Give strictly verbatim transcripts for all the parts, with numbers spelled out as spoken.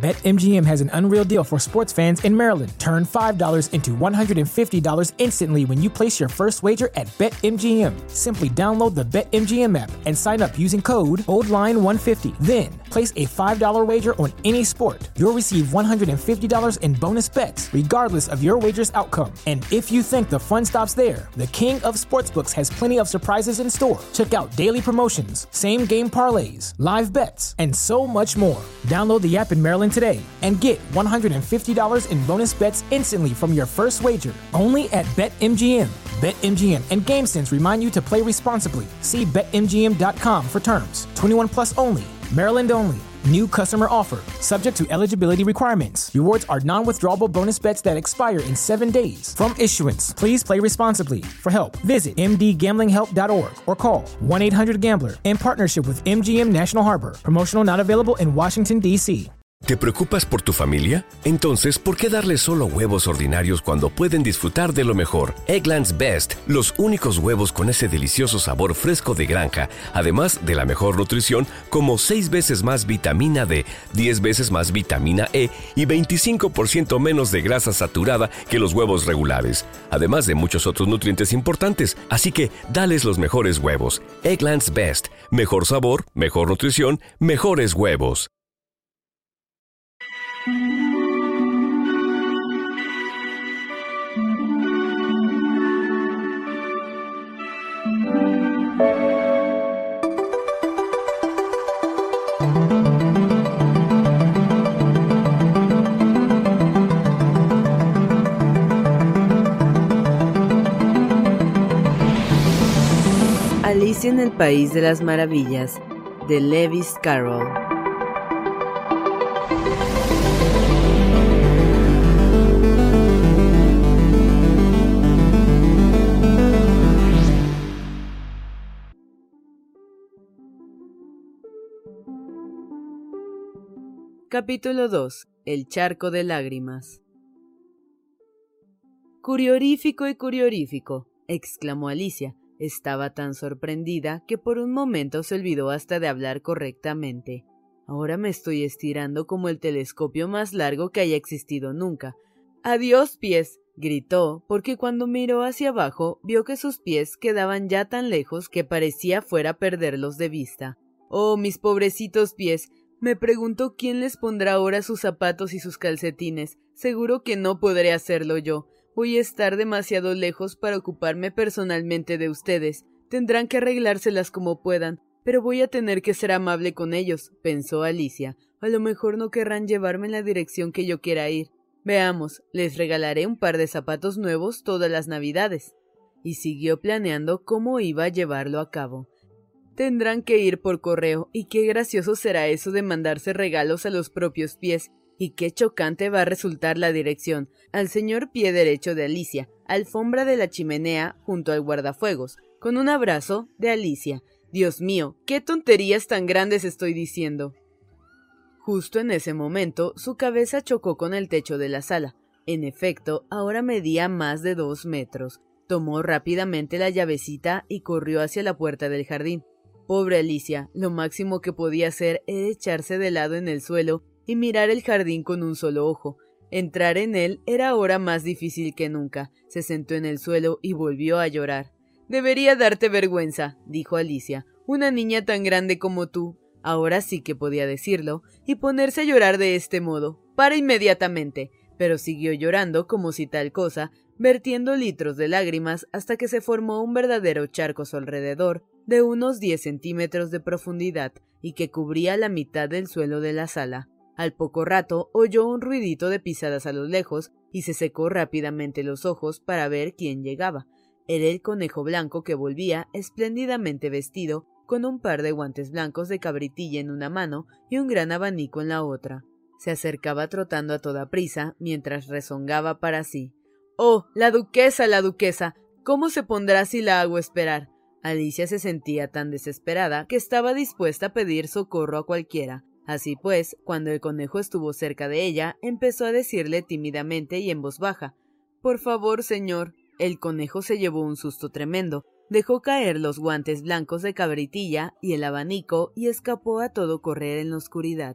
BetMGM has an unreal deal for sports fans in Maryland. Turn five dollars into one hundred fifty dollars instantly when you place your first wager at BetMGM. Simply download the BetMGM app and sign up using code OldLine one fifty. Then, place a five dollars wager on any sport. You'll receive one hundred fifty dollars in bonus bets, regardless of your wager's outcome. And if you think the fun stops there, the King of Sportsbooks has plenty of surprises in store. Check out daily promotions, same-game parlays, live bets, and so much more. Download the app in Maryland today and get one hundred fifty dollars in bonus bets instantly from your first wager. Only at BetMGM. BetMGM and GameSense remind you to play responsibly. See Bet M G M dot com for terms. twenty-one plus only. Maryland only. New customer offer. Subject to eligibility requirements. Rewards are non-withdrawable bonus bets that expire in seven days. From issuance, please play responsibly. For help, visit m d gambling help dot org or call one eight hundred gambler in partnership with M G M National Harbor. Promotional not available in Washington, D C ¿Te preocupas por tu familia? Entonces, ¿por qué darles solo huevos ordinarios cuando pueden disfrutar de lo mejor? Eggland's Best, los únicos huevos con ese delicioso sabor fresco de granja, además de la mejor nutrición, como seis veces más vitamina D, diez veces más vitamina E y veinticinco por ciento menos de grasa saturada que los huevos regulares, además de muchos otros nutrientes importantes. Así que, dales los mejores huevos. Eggland's Best, mejor sabor, mejor nutrición, mejores huevos. Alicia en el País de las Maravillas, de Lewis Carroll. Capítulo dos. El charco de lágrimas. Curiorífico y curiorífico, exclamó Alicia. Estaba tan sorprendida que por un momento se olvidó hasta de hablar correctamente. Ahora me estoy estirando como el telescopio más largo que haya existido nunca. ¡Adiós, pies!, gritó, porque cuando miró hacia abajo vio que sus pies quedaban ya tan lejos que parecía fuera a perderlos de vista. ¡Oh, mis pobrecitos pies! Me pregunto quién les pondrá ahora sus zapatos y sus calcetines. Seguro que no podré hacerlo yo. Voy a estar demasiado lejos para ocuparme personalmente de ustedes. Tendrán que arreglárselas como puedan, pero voy a tener que ser amable con ellos, pensó Alicia. A lo mejor no querrán llevarme en la dirección que yo quiera ir. Veamos, les regalaré un par de zapatos nuevos todas las Navidades. Y siguió planeando cómo iba a llevarlo a cabo. Tendrán que ir por correo, y qué gracioso será eso de mandarse regalos a los propios pies. Y qué chocante va a resultar la dirección. Al señor pie derecho de Alicia, alfombra de la chimenea junto al guardafuegos, con un abrazo de Alicia. Dios mío, qué tonterías tan grandes estoy diciendo. Justo en ese momento, su cabeza chocó con el techo de la sala. En efecto, ahora medía más de dos metros. Tomó rápidamente la llavecita y corrió hacia la puerta del jardín. Pobre Alicia, lo máximo que podía hacer era echarse de lado en el suelo y mirar el jardín con un solo ojo. Entrar en él era ahora más difícil que nunca. Se sentó en el suelo y volvió a llorar. «Debería darte vergüenza», dijo Alicia, «una niña tan grande como tú». Ahora sí que podía decirlo, y ponerse a llorar de este modo. «Para inmediatamente». Pero siguió llorando como si tal cosa, vertiendo litros de lágrimas hasta que se formó un verdadero charco a su alrededor, de unos diez centímetros de profundidad, y que cubría la mitad del suelo de la sala. Al poco rato oyó un ruidito de pisadas a lo lejos y se secó rápidamente los ojos para ver quién llegaba. Era el conejo blanco que volvía espléndidamente vestido, con un par de guantes blancos de cabritilla en una mano y un gran abanico en la otra. Se acercaba trotando a toda prisa mientras rezongaba para sí. «¡Oh, la duquesa, la duquesa! ¿Cómo se pondrá si la hago esperar?» Alicia se sentía tan desesperada que estaba dispuesta a pedir socorro a cualquiera. Así pues, cuando el conejo estuvo cerca de ella, empezó a decirle tímidamente y en voz baja: «Por favor, señor». El conejo se llevó un susto tremendo, dejó caer los guantes blancos de cabritilla y el abanico y escapó a todo correr en la oscuridad.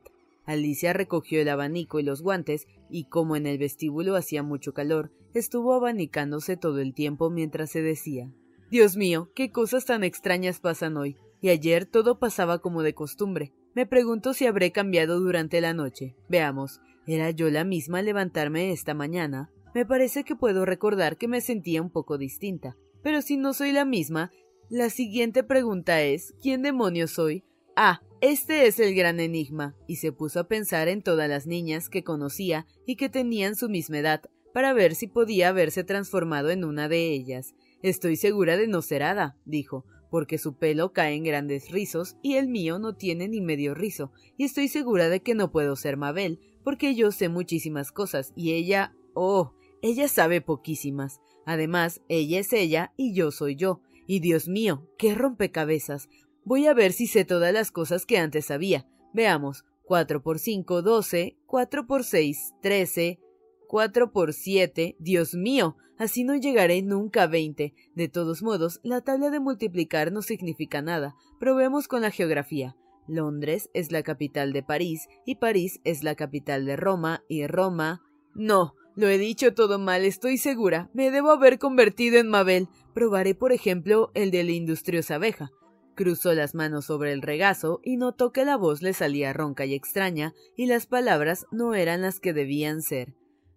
Alicia recogió el abanico y los guantes, y como en el vestíbulo hacía mucho calor, estuvo abanicándose todo el tiempo mientras se decía: «Dios mío, qué cosas tan extrañas pasan hoy, y ayer todo pasaba como de costumbre. Me pregunto si habré cambiado durante la noche. Veamos, ¿era yo la misma al levantarme esta mañana? Me parece que puedo recordar que me sentía un poco distinta. Pero si no soy la misma, la siguiente pregunta es, ¿quién demonios soy? Ah, este es el gran enigma», y se puso a pensar en todas las niñas que conocía y que tenían su misma edad, para ver si podía haberse transformado en una de ellas. «Estoy segura de no ser Ada», dijo, «porque su pelo cae en grandes rizos y el mío no tiene ni medio rizo, y estoy segura de que no puedo ser Mabel, porque yo sé muchísimas cosas y ella, oh, ella sabe poquísimas. Además, ella es ella y yo soy yo, y Dios mío, qué rompecabezas. Voy a ver si sé todas las cosas que antes sabía. Veamos, cuatro por cinco, doce, cuatro por seis, trece, cuatro por siete, Dios mío, así no llegaré nunca a veinte. De todos modos, la tabla de multiplicar no significa nada. Probemos con la geografía. Londres es la capital de París, y París es la capital de Roma, y Roma... No, lo he dicho todo mal, estoy segura. Me debo haber convertido en Mabel. Probaré, por ejemplo, el de la industriosa abeja. Cruzó las manos sobre el regazo y notó que la voz le salía ronca y extraña, y las palabras no eran las que debían ser.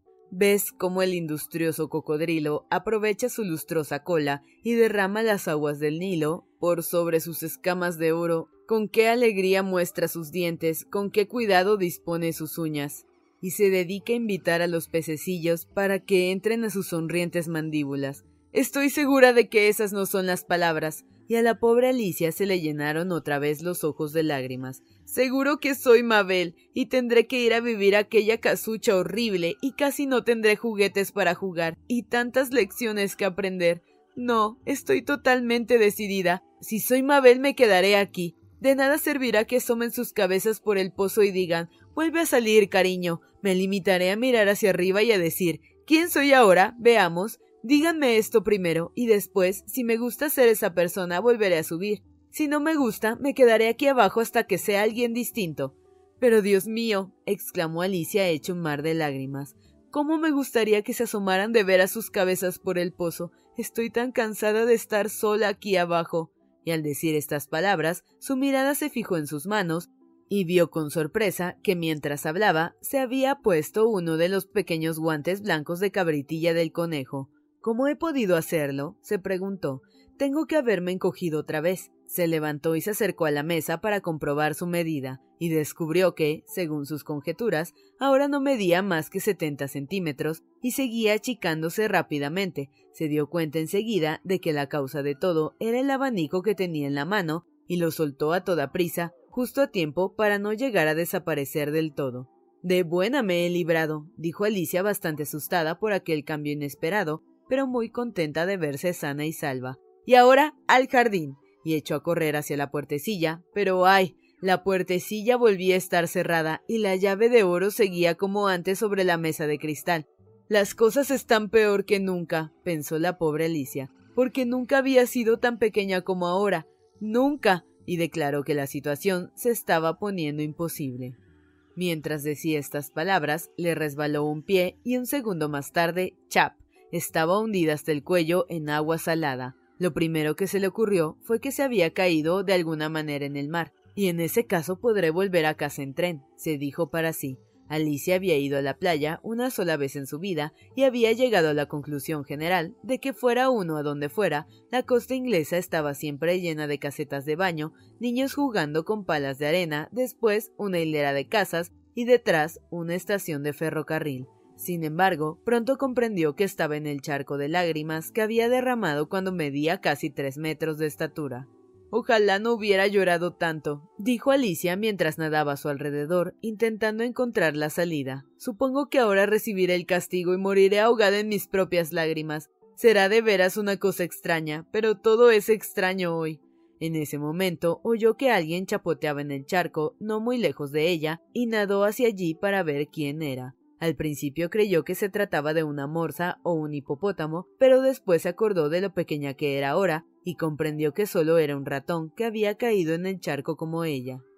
¿Ves cómo el industrioso cocodrilo aprovecha su lustrosa cola y derrama las aguas del Nilo por sobre sus escamas de oro? ¿Con qué alegría muestra sus dientes? ¿Con qué cuidado dispone sus uñas? Y se dedica a invitar a los pececillos para que entren a sus sonrientes mandíbulas. Estoy segura de que esas no son las palabras. Y a la pobre Alicia se le llenaron otra vez los ojos de lágrimas. Seguro que soy Mabel, y tendré que ir a vivir a aquella casucha horrible, y casi no tendré juguetes para jugar, y tantas lecciones que aprender. No, estoy totalmente decidida. Si soy Mabel me quedaré aquí. De nada servirá que asomen sus cabezas por el pozo y digan, vuelve a salir, cariño. Me limitaré a mirar hacia arriba y a decir, ¿quién soy ahora? Veamos. Díganme esto primero, y después, si me gusta ser esa persona, volveré a subir. Si no me gusta, me quedaré aquí abajo hasta que sea alguien distinto. Pero Dios mío, exclamó Alicia hecho un mar de lágrimas, ¿cómo me gustaría que se asomaran de ver a sus cabezas por el pozo? Estoy tan cansada de estar sola aquí abajo. Y al decir estas palabras, su mirada se fijó en sus manos, y vio con sorpresa que mientras hablaba, se había puesto uno de los pequeños guantes blancos de cabritilla del conejo. ¿Cómo he podido hacerlo?, se preguntó. Tengo que haberme encogido otra vez. Se levantó y se acercó a la mesa para comprobar su medida, y descubrió que, según sus conjeturas, ahora no medía más que setenta centímetros, y seguía achicándose rápidamente. Se dio cuenta enseguida de que la causa de todo era el abanico que tenía en la mano, y lo soltó a toda prisa, justo a tiempo para no llegar a desaparecer del todo. «De buena me he librado», dijo Alicia bastante asustada por aquel cambio inesperado, pero muy contenta de verse sana y salva. «Y ahora, al jardín», y echó a correr hacia la puertecilla, pero ¡ay! La puertecilla volvía a estar cerrada, y la llave de oro seguía como antes sobre la mesa de cristal. «Las cosas están peor que nunca», pensó la pobre Alicia, «porque nunca había sido tan pequeña como ahora. ¡Nunca!», y declaró que la situación se estaba poniendo imposible. Mientras decía estas palabras, le resbaló un pie, y un segundo más tarde, ¡chap!, estaba hundida hasta el cuello en agua salada. Lo primero que se le ocurrió fue que se había caído de alguna manera en el mar. Y en ese caso podré volver a casa en tren, se dijo para sí. Alicia había ido a la playa una sola vez en su vida y había llegado a la conclusión general de que fuera uno a donde fuera, la costa inglesa estaba siempre llena de casetas de baño, niños jugando con palas de arena, después una hilera de casas y detrás una estación de ferrocarril. Sin embargo, pronto comprendió que estaba en el charco de lágrimas que había derramado cuando medía casi tres metros de estatura. «Ojalá no hubiera llorado tanto», dijo Alicia mientras nadaba a su alrededor, intentando encontrar la salida. «Supongo que ahora recibiré el castigo y moriré ahogada en mis propias lágrimas. Será de veras una cosa extraña, pero todo es extraño hoy». En ese momento oyó que alguien chapoteaba en el charco, no muy lejos de ella, y nadó hacia allí para ver quién era. Al principio creyó que se trataba de una morsa o un hipopótamo, pero después se acordó de lo pequeña que era ahora y comprendió que solo era un ratón que había caído en el charco como ella.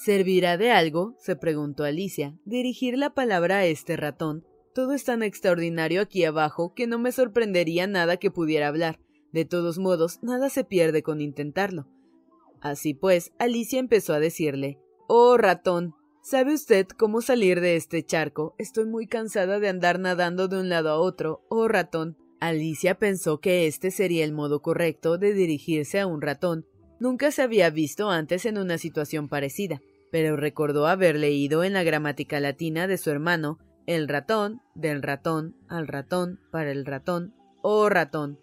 ¿Servirá de algo?, se preguntó Alicia, dirigir la palabra a este ratón. Todo es tan extraordinario aquí abajo que no me sorprendería nada que pudiera hablar. De todos modos, nada se pierde con intentarlo. Así pues, Alicia empezó a decirle: «Oh, ratón, ¿sabe usted cómo salir de este charco? Estoy muy cansada de andar nadando de un lado a otro. Oh, ratón». Alicia pensó que este sería el modo correcto de dirigirse a un ratón. Nunca se había visto antes en una situación parecida, pero recordó haber leído en la gramática latina de su hermano: el ratón, del ratón, al ratón, para el ratón, oh ratón.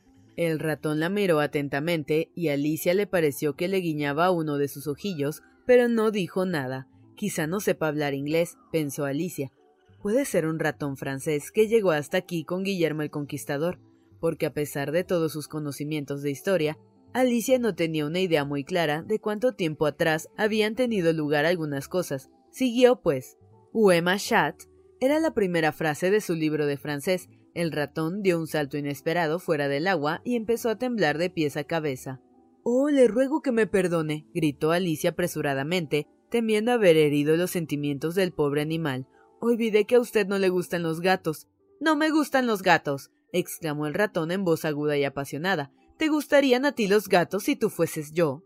El ratón la miró atentamente y a Alicia le pareció que le guiñaba uno de sus ojillos, pero no dijo nada. Quizá no sepa hablar inglés, pensó Alicia. Puede ser un ratón francés que llegó hasta aquí con Guillermo el Conquistador, porque a pesar de todos sus conocimientos de historia, Alicia no tenía una idea muy clara de cuánto tiempo atrás habían tenido lugar algunas cosas. Siguió, pues: «Où ma chat» era la primera frase de su libro de francés. El ratón dio un salto inesperado fuera del agua y empezó a temblar de pies a cabeza. «Oh, le ruego que me perdone», gritó Alicia apresuradamente, temiendo haber herido los sentimientos del pobre animal. «Olvidé que a usted no le gustan los gatos». «No me gustan los gatos», exclamó el ratón en voz aguda y apasionada. «¿Te gustarían a ti los gatos si tú fueses yo?»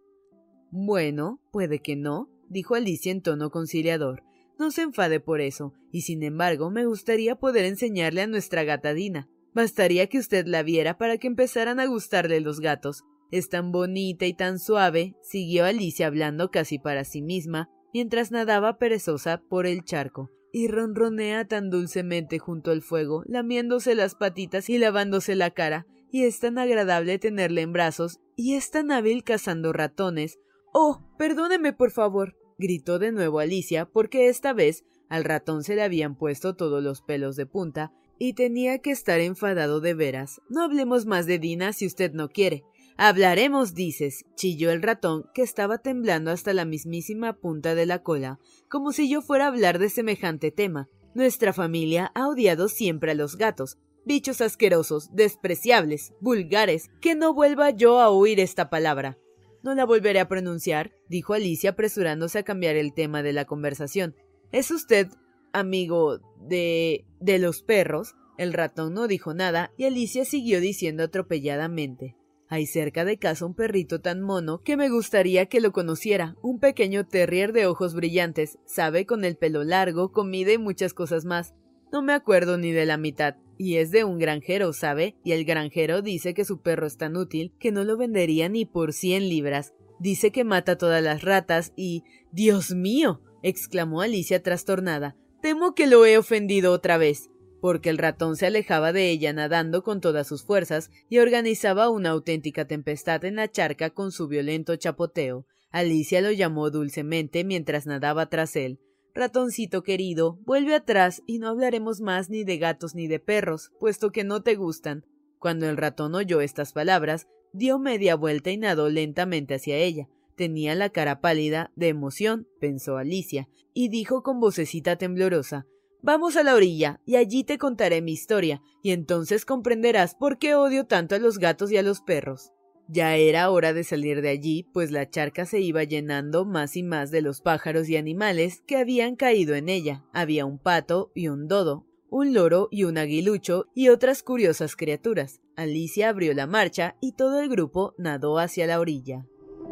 «Bueno, puede que no», dijo Alicia en tono conciliador. «No se enfade por eso, y sin embargo me gustaría poder enseñarle a nuestra gata Dina. Bastaría que usted la viera para que empezaran a gustarle los gatos. Es tan bonita y tan suave», siguió Alicia hablando casi para sí misma, mientras nadaba perezosa por el charco, «y ronronea tan dulcemente junto al fuego, lamiéndose las patitas y lavándose la cara, y es tan agradable tenerle en brazos, y es tan hábil cazando ratones». «Oh, perdóneme, por favor», gritó de nuevo Alicia, porque esta vez al ratón se le habían puesto todos los pelos de punta y tenía que estar enfadado de veras. «No hablemos más de Dina si usted no quiere». «Hablaremos, dices», chilló el ratón, que estaba temblando hasta la mismísima punta de la cola, como si yo fuera a hablar de semejante tema. «Nuestra familia ha odiado siempre a los gatos. Bichos asquerosos, despreciables, vulgares, que no vuelva yo a oír esta palabra». «No la volveré a pronunciar», dijo Alicia apresurándose a cambiar el tema de la conversación. «¿Es usted amigo de... de los perros?» El ratón no dijo nada y Alicia siguió diciendo atropelladamente: «Hay cerca de casa un perrito tan mono que me gustaría que lo conociera, un pequeño terrier de ojos brillantes, sabe, con el pelo largo, comida y muchas cosas más. No me acuerdo ni de la mitad, y es de un granjero, ¿sabe? Y el granjero dice que su perro es tan útil que no lo vendería ni por cien libras. Dice que mata todas las ratas y... ¡Dios mío!», exclamó Alicia trastornada. «Temo que lo he ofendido otra vez», porque el ratón se alejaba de ella nadando con todas sus fuerzas y organizaba una auténtica tempestad en la charca con su violento chapoteo. Alicia lo llamó dulcemente mientras nadaba tras él. «Ratoncito querido, vuelve atrás y no hablaremos más ni de gatos ni de perros, puesto que no te gustan». Cuando el ratón oyó estas palabras, dio media vuelta y nadó lentamente hacia ella. Tenía la cara pálida, de emoción, pensó Alicia, y dijo con vocecita temblorosa: «Vamos a la orilla, y allí te contaré mi historia, y entonces comprenderás por qué odio tanto a los gatos y a los perros». Ya era hora de salir de allí, pues la charca se iba llenando más y más de los pájaros y animales que habían caído en ella. Había un pato y un dodo, un loro y un aguilucho y otras curiosas criaturas. Alicia abrió la marcha y todo el grupo nadó hacia la orilla.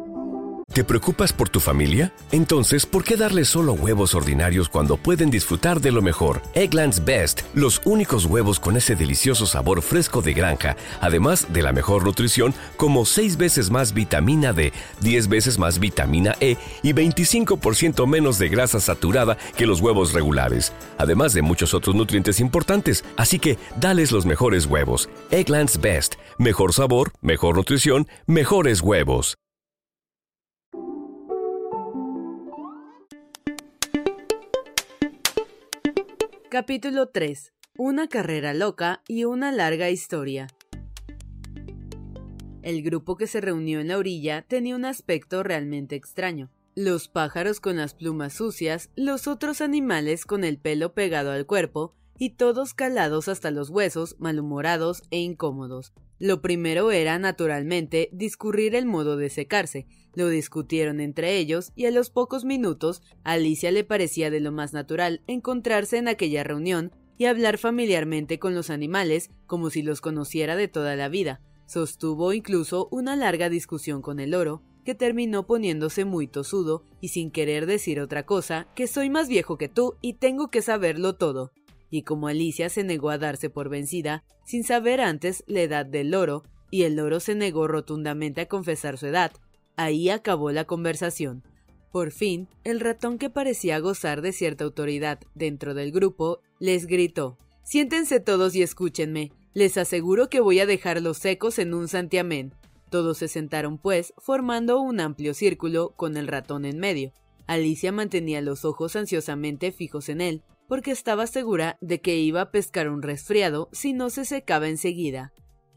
¿Te preocupas por tu familia? Entonces, ¿por qué darles solo huevos ordinarios cuando pueden disfrutar de lo mejor? Eggland's Best, los únicos huevos con ese delicioso sabor fresco de granja, además de la mejor nutrición, como seis veces más vitamina D, diez veces más vitamina E y veinticinco por ciento menos de grasa saturada que los huevos regulares, además de muchos otros nutrientes importantes. Así que, dales los mejores huevos. Eggland's Best, mejor sabor, mejor nutrición, mejores huevos. Capítulo tres. Una carrera loca y una larga historia. El grupo que se reunió en la orilla tenía un aspecto realmente extraño. Los pájaros con las plumas sucias, los otros animales con el pelo pegado al cuerpo, y todos calados hasta los huesos, malhumorados e incómodos. Lo primero era, naturalmente, discurrir el modo de secarse. Lo discutieron entre ellos y a los pocos minutos a Alicia le parecía de lo más natural encontrarse en aquella reunión y hablar familiarmente con los animales como si los conociera de toda la vida. Sostuvo incluso una larga discusión con el loro, que terminó poniéndose muy tosudo y sin querer decir otra cosa que soy más viejo que tú y tengo que saberlo todo. Y como Alicia se negó a darse por vencida, sin saber antes la edad del loro, y el loro se negó rotundamente a confesar su edad, ahí acabó la conversación. Por fin, el ratón, que parecía gozar de cierta autoridad dentro del grupo, les gritó: «Siéntense todos y escúchenme, les aseguro que voy a dejarlos secos en un santiamén». Todos se sentaron pues, formando un amplio círculo con el ratón en medio. Alicia mantenía los ojos ansiosamente fijos en él, porque estaba segura de que iba a pescar un resfriado si no se secaba enseguida.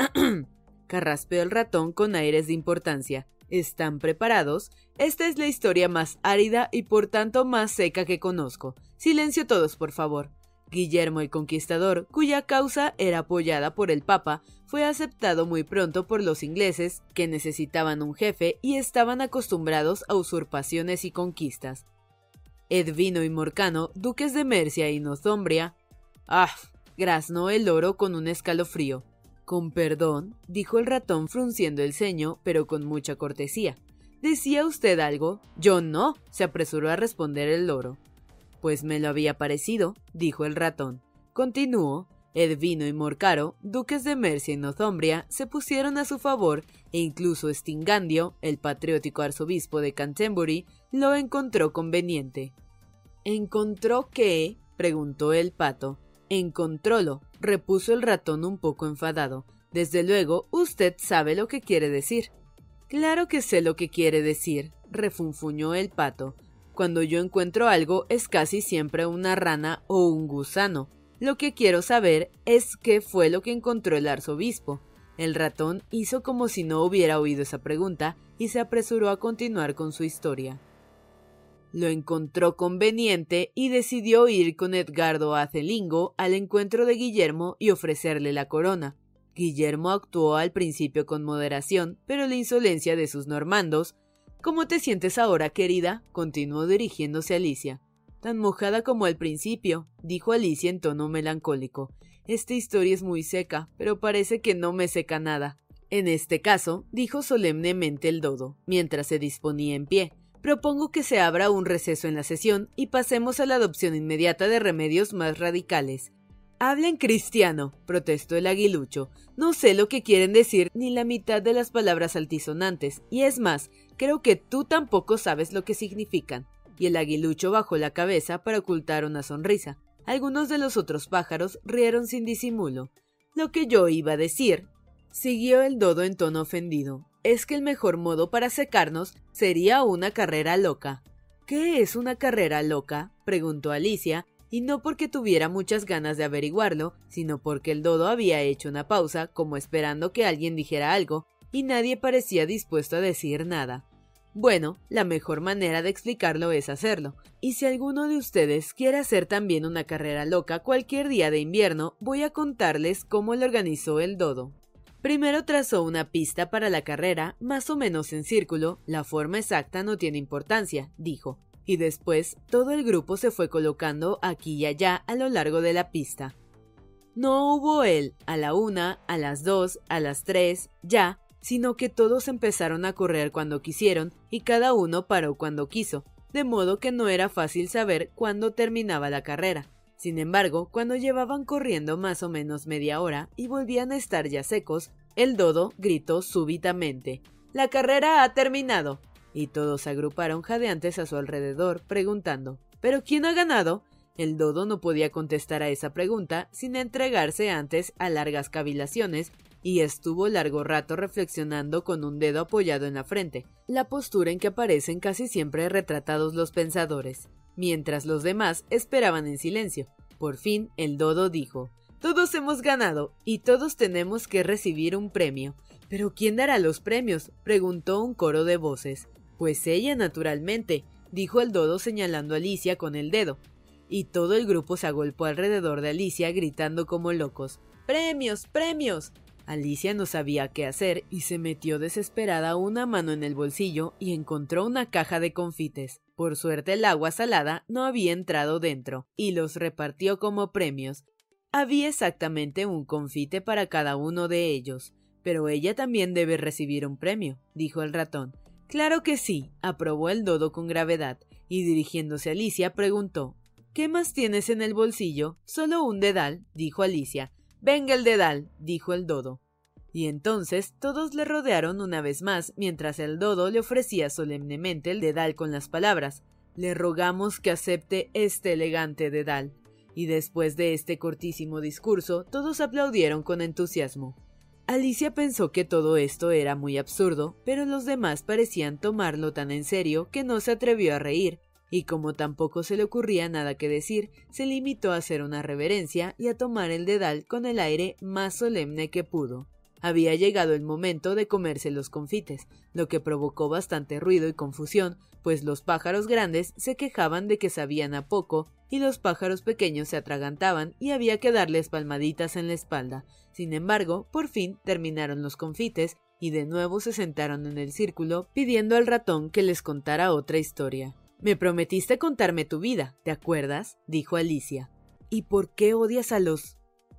Carraspeó el ratón con aires de importancia. ¿Están preparados? Esta es la historia más árida y por tanto más seca que conozco. Silencio todos, por favor. Guillermo el Conquistador, cuya causa era apoyada por el Papa, fue aceptado muy pronto por los ingleses, que necesitaban un jefe y estaban acostumbrados a usurpaciones y conquistas. Edvino y Morcano, duques de Mercia y Northumbria. ¡Ah! Graznó el loro con un escalofrío. Con perdón, dijo el ratón frunciendo el ceño, pero con mucha cortesía. ¿Decía usted algo? Yo no, se apresuró a responder el loro. Pues me lo había parecido, dijo el ratón. Continuó. Edvino y Morcaro, duques de Mercia y Northumbria, se pusieron a su favor e incluso Stingandio, el patriótico arzobispo de Canterbury, lo encontró conveniente. ¿Encontró qué?, preguntó el pato. Encontrólo, repuso el ratón un poco enfadado. Desde luego, usted sabe lo que quiere decir. Claro que sé lo que quiere decir, refunfuñó el pato. Cuando yo encuentro algo es casi siempre una rana o un gusano. Lo que quiero saber es qué fue lo que encontró el arzobispo. El ratón hizo como si no hubiera oído esa pregunta y se apresuró a continuar con su historia. Lo encontró conveniente y decidió ir con Edgardo Athelingo al encuentro de Guillermo y ofrecerle la corona. Guillermo actuó al principio con moderación, pero la insolencia de sus normandos... ¿Cómo te sientes ahora, querida?, continuó dirigiéndose a Alicia. Tan mojada como al principio, dijo Alicia en tono melancólico. Esta historia es muy seca, pero parece que no me seca nada. En este caso, dijo solemnemente el dodo, mientras se disponía en pie, propongo que se abra un receso en la sesión y pasemos a la adopción inmediata de remedios más radicales. Habla en cristiano, protestó el aguilucho. No sé lo que quieren decir ni la mitad de las palabras altisonantes, y es más, creo que tú tampoco sabes lo que significan. Y el aguilucho bajó la cabeza para ocultar una sonrisa. Algunos de los otros pájaros rieron sin disimulo. Lo que yo iba a decir, siguió el dodo en tono ofendido, es que el mejor modo para secarnos sería una carrera loca. ¿Qué es una carrera loca?, preguntó Alicia, y no porque tuviera muchas ganas de averiguarlo, sino porque el dodo había hecho una pausa, como esperando que alguien dijera algo, y nadie parecía dispuesto a decir nada. Bueno, la mejor manera de explicarlo es hacerlo, y si alguno de ustedes quiere hacer también una carrera loca cualquier día de invierno, voy a contarles cómo lo organizó el dodo. Primero trazó una pista para la carrera, más o menos en círculo, la forma exacta no tiene importancia, dijo, y después todo el grupo se fue colocando aquí y allá a lo largo de la pista. No hubo él a la una, a las dos, a las tres, ya, sino que todos empezaron a correr cuando quisieron y cada uno paró cuando quiso, de modo que no era fácil saber cuándo terminaba la carrera. Sin embargo, cuando llevaban corriendo más o menos media hora y volvían a estar ya secos, el dodo gritó súbitamente: «¡La carrera ha terminado!» Y todos se agruparon jadeantes a su alrededor, preguntando: «¿Pero quién ha ganado?». El dodo no podía contestar a esa pregunta sin entregarse antes a largas cavilaciones, y estuvo largo rato reflexionando con un dedo apoyado en la frente, la postura en que aparecen casi siempre retratados los pensadores, mientras los demás esperaban en silencio. Por fin el dodo dijo: «Todos hemos ganado, y todos tenemos que recibir un premio». «¿Pero quién dará los premios?», preguntó un coro de voces. «Pues ella, naturalmente», dijo el dodo señalando a Alicia con el dedo. Y todo el grupo se agolpó alrededor de Alicia gritando como locos: «¡Premios, premios!». Alicia no sabía qué hacer y se metió desesperada una mano en el bolsillo y encontró una caja de confites. Por suerte el agua salada no había entrado dentro y los repartió como premios. Había exactamente un confite para cada uno de ellos. Pero ella también debe recibir un premio, dijo el ratón. Claro que sí, aprobó el dodo con gravedad, y dirigiéndose a Alicia preguntó: ¿Qué más tienes en el bolsillo? Solo un dedal, dijo Alicia. Venga el dedal, dijo el dodo. Y entonces todos le rodearon una vez más mientras el dodo le ofrecía solemnemente el dedal con las palabras: le rogamos que acepte este elegante dedal. Y después de este cortísimo discurso todos aplaudieron con entusiasmo. Alicia pensó que todo esto era muy absurdo, pero los demás parecían tomarlo tan en serio que no se atrevió a reír, y como tampoco se le ocurría nada que decir, se limitó a hacer una reverencia y a tomar el dedal con el aire más solemne que pudo. Había llegado el momento de comerse los confites, lo que provocó bastante ruido y confusión, pues los pájaros grandes se quejaban de que sabían a poco y los pájaros pequeños se atragantaban y había que darles palmaditas en la espalda. Sin embargo, por fin terminaron los confites y de nuevo se sentaron en el círculo pidiendo al ratón que les contara otra historia. «Me prometiste contarme tu vida, ¿te acuerdas?», dijo Alicia. «¿Y por qué odias a los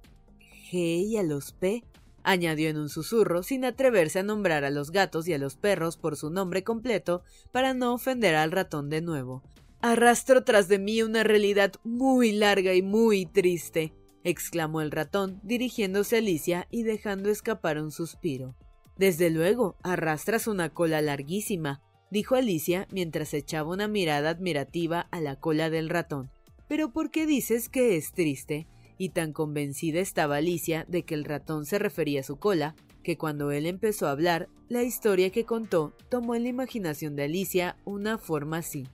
G y a los P?», añadió en un susurro sin atreverse a nombrar a los gatos y a los perros por su nombre completo para no ofender al ratón de nuevo. «Arrastro tras de mí una realidad muy larga y muy triste», exclamó el ratón, dirigiéndose a Alicia y dejando escapar un suspiro. «Desde luego, arrastras una cola larguísima», dijo Alicia mientras echaba una mirada admirativa a la cola del ratón. «¿Pero por qué dices que es triste?». Y tan convencida estaba Alicia de que el ratón se refería a su cola, que cuando él empezó a hablar, la historia que contó tomó en la imaginación de Alicia una forma así.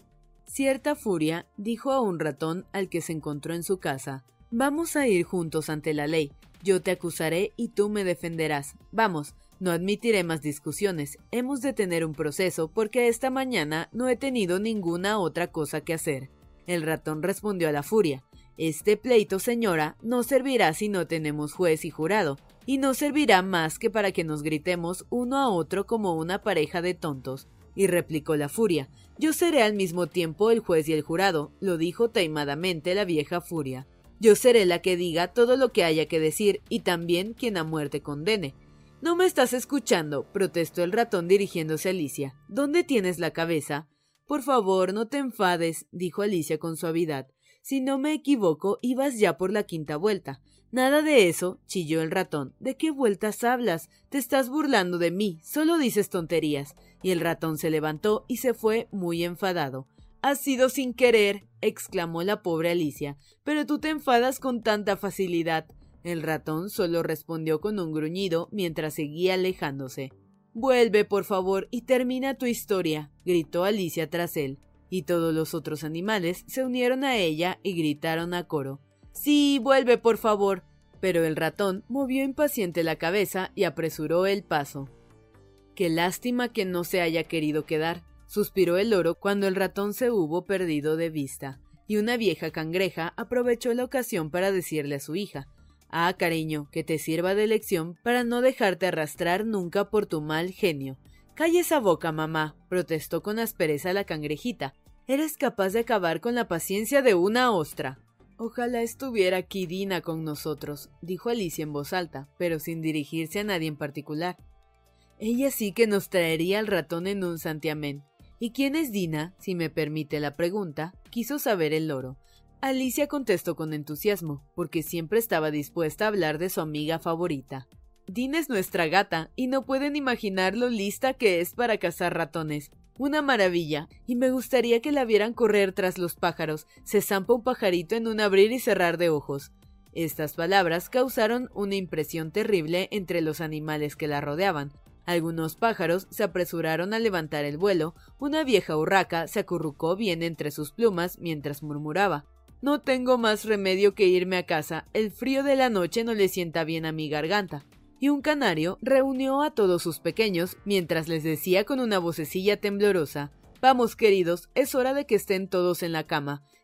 Cierta furia dijo a un ratón al que se encontró en su casa: «Vamos a ir juntos ante la ley. Yo te acusaré y tú me defenderás. Vamos, no admitiré más discusiones. Hemos de tener un proceso porque esta mañana no he tenido ninguna otra cosa que hacer». El ratón respondió a la furia: «Este pleito, señora, no servirá si no tenemos juez y jurado, y no servirá más que para que nos gritemos uno a otro como una pareja de tontos». Y replicó la furia: «Yo seré al mismo tiempo el juez y el jurado», lo dijo taimadamente la vieja furia. «Yo seré la que diga todo lo que haya que decir y también quien a muerte condene». «No me estás escuchando», protestó el ratón dirigiéndose a Alicia. «¿Dónde tienes la cabeza?» «Por favor, no te enfades», dijo Alicia con suavidad. «Si no me equivoco, ibas ya por la quinta vuelta». «Nada de eso», chilló el ratón. «¿De qué vueltas hablas? Te estás burlando de mí, solo dices tonterías». Y el ratón se levantó y se fue muy enfadado. «Ha sido sin querer», exclamó la pobre Alicia. «Pero tú te enfadas con tanta facilidad». El ratón solo respondió con un gruñido mientras seguía alejándose. «Vuelve, por favor, y termina tu historia», gritó Alicia tras él. Y todos los otros animales se unieron a ella y gritaron a coro: «Sí, vuelve, por favor». Pero el ratón movió impaciente la cabeza y apresuró el paso. «Qué lástima que no se haya querido quedar», suspiró el loro cuando el ratón se hubo perdido de vista. Y una vieja cangreja aprovechó la ocasión para decirle a su hija: «Ah, cariño, que te sirva de lección para no dejarte arrastrar nunca por tu mal genio». «Calla esa boca, mamá», protestó con aspereza la cangrejita. «Eres capaz de acabar con la paciencia de una ostra». «Ojalá estuviera aquí Dina con nosotros», dijo Alicia en voz alta, pero sin dirigirse a nadie en particular. «Ella sí que nos traería al ratón en un santiamén». «¿Y quién es Dina, si me permite la pregunta?», quiso saber el loro. Alicia contestó con entusiasmo, porque siempre estaba dispuesta a hablar de su amiga favorita. «Dina es nuestra gata, y no pueden imaginar lo lista que es para cazar ratones. Una maravilla, y me gustaría que la vieran correr tras los pájaros. Se zampa un pajarito en un abrir y cerrar de ojos». Estas palabras causaron una impresión terrible entre los animales que la rodeaban. Algunos pájaros se apresuraron a levantar el vuelo. Una vieja urraca se acurrucó bien entre sus plumas mientras murmuraba: «No tengo más remedio que irme a casa. El frío de la noche no le sienta bien a mi garganta». Y un canario reunió a todos sus pequeños mientras les decía con una vocecilla temblorosa: «Vamos, queridos, es hora de que estén todos en la cama».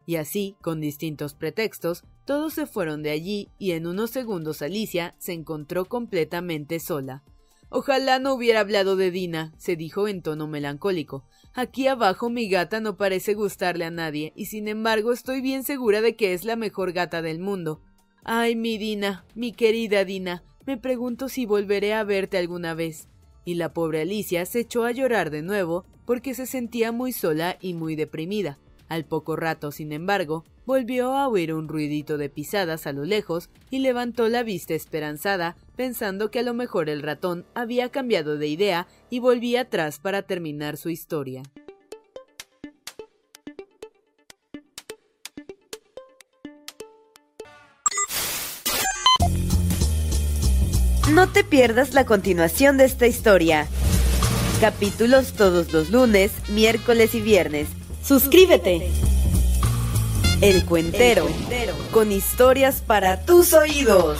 Y así, con distintos pretextos, todos se fueron de allí y en unos segundos Alicia se encontró completamente sola. Ojalá no hubiera hablado de Dina, se dijo en tono melancólico. Aquí abajo mi gata no parece gustarle a nadie y sin embargo estoy bien segura de que es la mejor gata del mundo. Ay, mi Dina, mi querida Dina, me pregunto si volveré a verte alguna vez. Y la pobre Alicia se echó a llorar de nuevo porque se sentía muy sola y muy deprimida. Al poco rato, sin embargo, volvió a oír un ruidito de pisadas a lo lejos y levantó la vista esperanzada, pensando que a lo mejor el ratón había cambiado de idea y volvía atrás para terminar su historia. No te pierdas la continuación de esta historia. Capítulos todos los lunes, miércoles y viernes. ¡Suscríbete! El Cuentero, El Cuentero, con historias para tus oídos.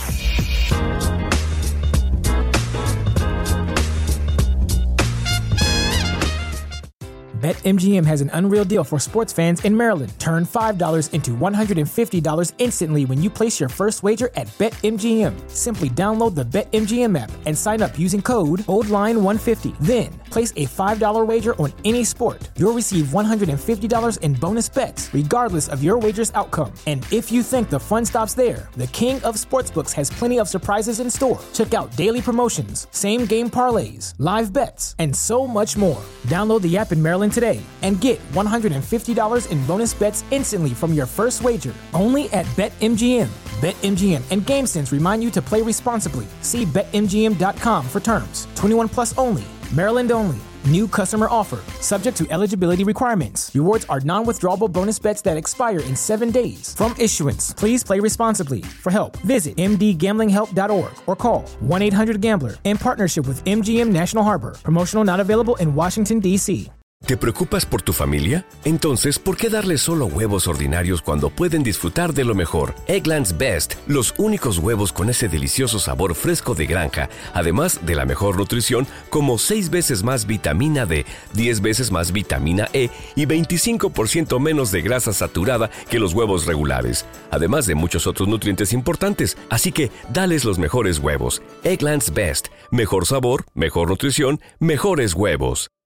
BetMGM has an unreal deal for sports fans in Maryland. Turn five dollars into one hundred fifty dollars instantly when you place your first wager at BetMGM. Simply download the BetMGM app and sign up using code old line one fifty. Then, place a five dollars wager on any sport. You'll receive one hundred fifty dollars in bonus bets, regardless of your wager's outcome. And if you think the fun stops there, the king of sportsbooks has plenty of surprises in store. Check out daily promotions, same-game parlays, live bets, and so much more. Download the app in Maryland today and get one hundred fifty dollars in bonus bets instantly from your first wager. Only at BetMGM. BetMGM and GameSense remind you to play responsibly. See Bet M G M dot com for terms. twenty-one plus only. Maryland only. New customer offer. Subject to eligibility requirements. Rewards are non-withdrawable bonus bets that expire in seven days. From issuance, please play responsibly. For help, visit m d gambling help dot org or call one eight hundred gambler in partnership with M G M National Harbor. Promotional not available in Washington, D C ¿Te preocupas por tu familia? Entonces, ¿por qué darles solo huevos ordinarios cuando pueden disfrutar de lo mejor? Eggland's Best, los únicos huevos con ese delicioso sabor fresco de granja, además de la mejor nutrición, como seis veces más vitamina D, diez veces más vitamina E y veinticinco por ciento menos de grasa saturada que los huevos regulares, además de muchos otros nutrientes importantes. Así que, dales los mejores huevos. Eggland's Best, mejor sabor, mejor nutrición, mejores huevos.